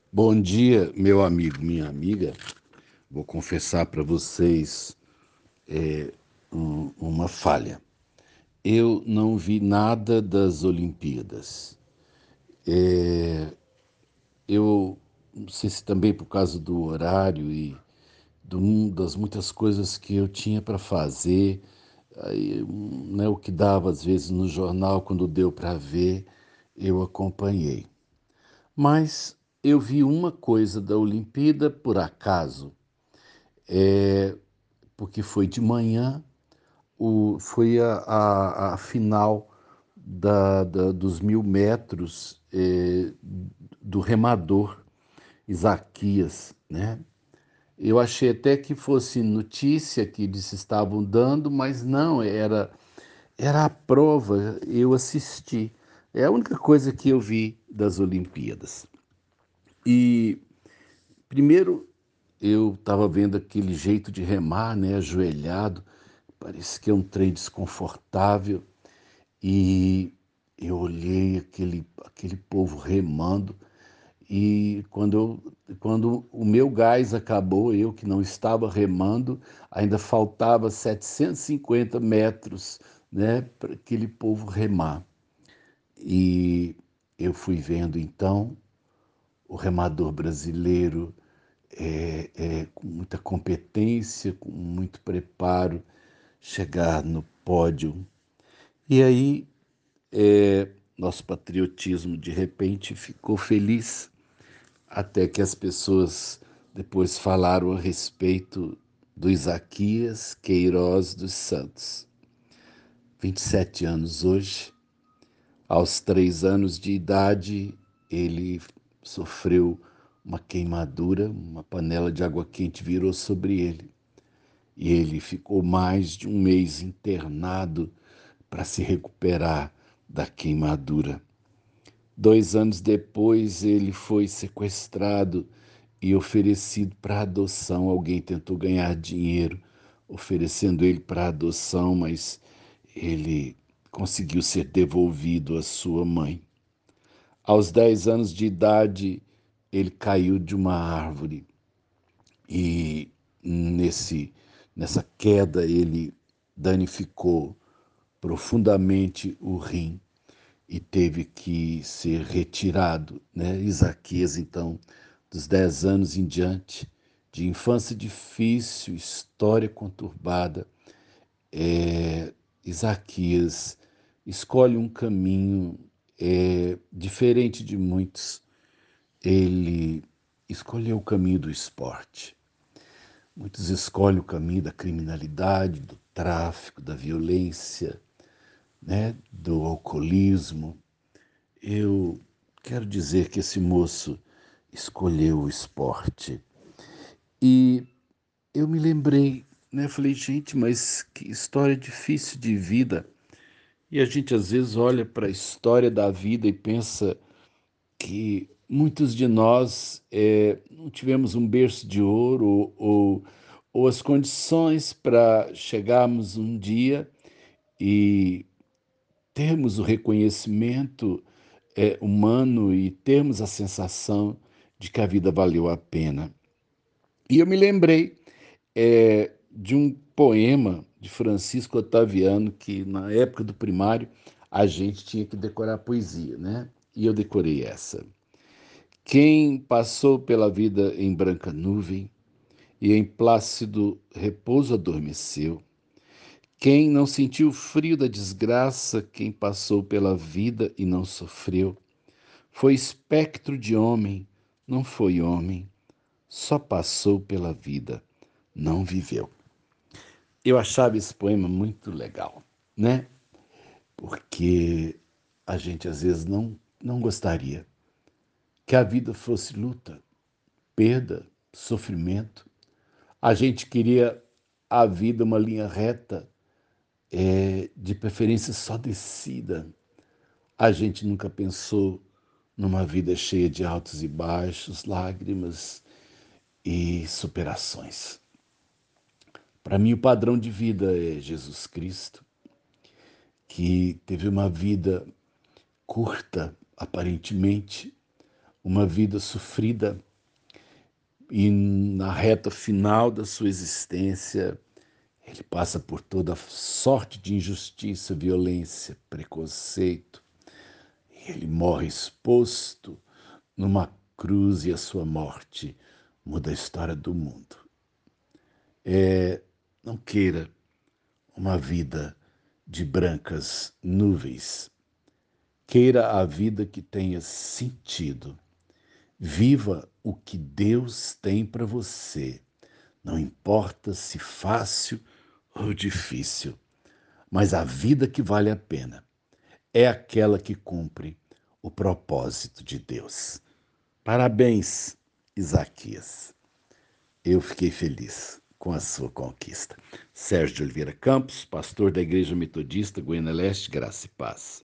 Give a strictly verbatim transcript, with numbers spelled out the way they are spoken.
Bom dia, meu amigo, minha amiga. Vou confessar para vocês um- uma falha. Eu não vi nada das Olimpíadas. Eu não sei se também por causa do horário e do- das muitas coisas que eu tinha para fazer, aí, né, o que dava às vezes no jornal, quando deu para ver, eu acompanhei. Mas eu vi uma coisa da Olimpíada por acaso, porque foi de manhã. O, foi a, a, a final da, da- dos mil metros eh, do remador Isaquias, né? Eu achei até que fosse notícia que eles estavam dando, mas não, era, era a prova, eu assisti. É a única coisa que eu vi das Olimpíadas. E primeiro eu estava vendo aquele jeito de remar, né, ajoelhado, parece que é um trem desconfortável. E eu olhei aquele, aquele povo remando, e quando, eu, quando o meu gás acabou, eu que não estava remando, ainda faltava setecentos e cinquenta metros, né, para aquele povo remar. E eu fui vendo então o remador brasileiro é, é, com muita competência, com muito preparo, chegar no pódio. E aí é, nosso patriotismo de repente ficou feliz, até que as pessoas depois falaram a respeito do Isaquias Queiroz dos Santos. vinte e sete anos hoje, aos três anos de idade, ele sofreu uma queimadura, uma panela de água quente virou sobre ele. E ele ficou mais de um mês internado para se recuperar da queimadura. Dois anos depois, ele foi sequestrado e oferecido para adoção. Alguém tentou ganhar dinheiro oferecendo ele para adoção, mas ele conseguiu ser devolvido à sua mãe. Aos dez anos de idade, ele caiu de uma árvore e nesse, nessa queda ele danificou profundamente o rim e teve que ser retirado, né? Isaquias, então, dos dez anos em diante, de infância difícil, história conturbada, é, Isaquias escolhe um caminho é, diferente de muitos. Ele escolheu o caminho do esporte. Muitos escolhem o caminho da criminalidade, do tráfico, da violência, né, do alcoolismo. Eu quero dizer que esse moço escolheu o esporte. E eu me lembrei, né? Falei, gente, mas que história difícil de vida. E a gente às vezes olha para a história da vida e pensa que muitos de nós é, não tivemos um berço de ouro ou, ou, ou as condições para chegarmos um dia e termos o reconhecimento é, humano e termos a sensação de que a vida valeu a pena. E eu me lembrei é, de um poema de Francisco Otaviano, que na época do primário a gente tinha que decorar poesia, né? E eu decorei essa. Quem passou pela vida em branca nuvem e em plácido repouso adormeceu, quem não sentiu o frio da desgraça, quem passou pela vida e não sofreu, foi espectro de homem, não foi homem, só passou pela vida, não viveu. Eu achava esse poema muito legal, né? Porque a gente às vezes não, não gostaria que a vida fosse luta, perda, sofrimento. A gente queria a vida uma linha reta, é, de preferência só descida. A gente nunca pensou numa vida cheia de altos e baixos, lágrimas e superações. Para mim, o padrão de vida é Jesus Cristo, que teve uma vida curta, aparentemente, uma vida sofrida e na reta final da sua existência, ele passa por toda sorte de injustiça, violência, preconceito. E ele morre exposto numa cruz e a sua morte muda a história do mundo. É, não queira uma vida de brancas nuvens. Queira a vida que tenha sentido. Viva o que Deus tem para você. Não importa se fácil ou difícil, mas a vida que vale a pena é aquela que cumpre o propósito de Deus. Parabéns, Isaquias. Eu fiquei feliz com a sua conquista. Sérgio de Oliveira Campos, pastor da Igreja Metodista Goiânia Leste, Graça e Paz.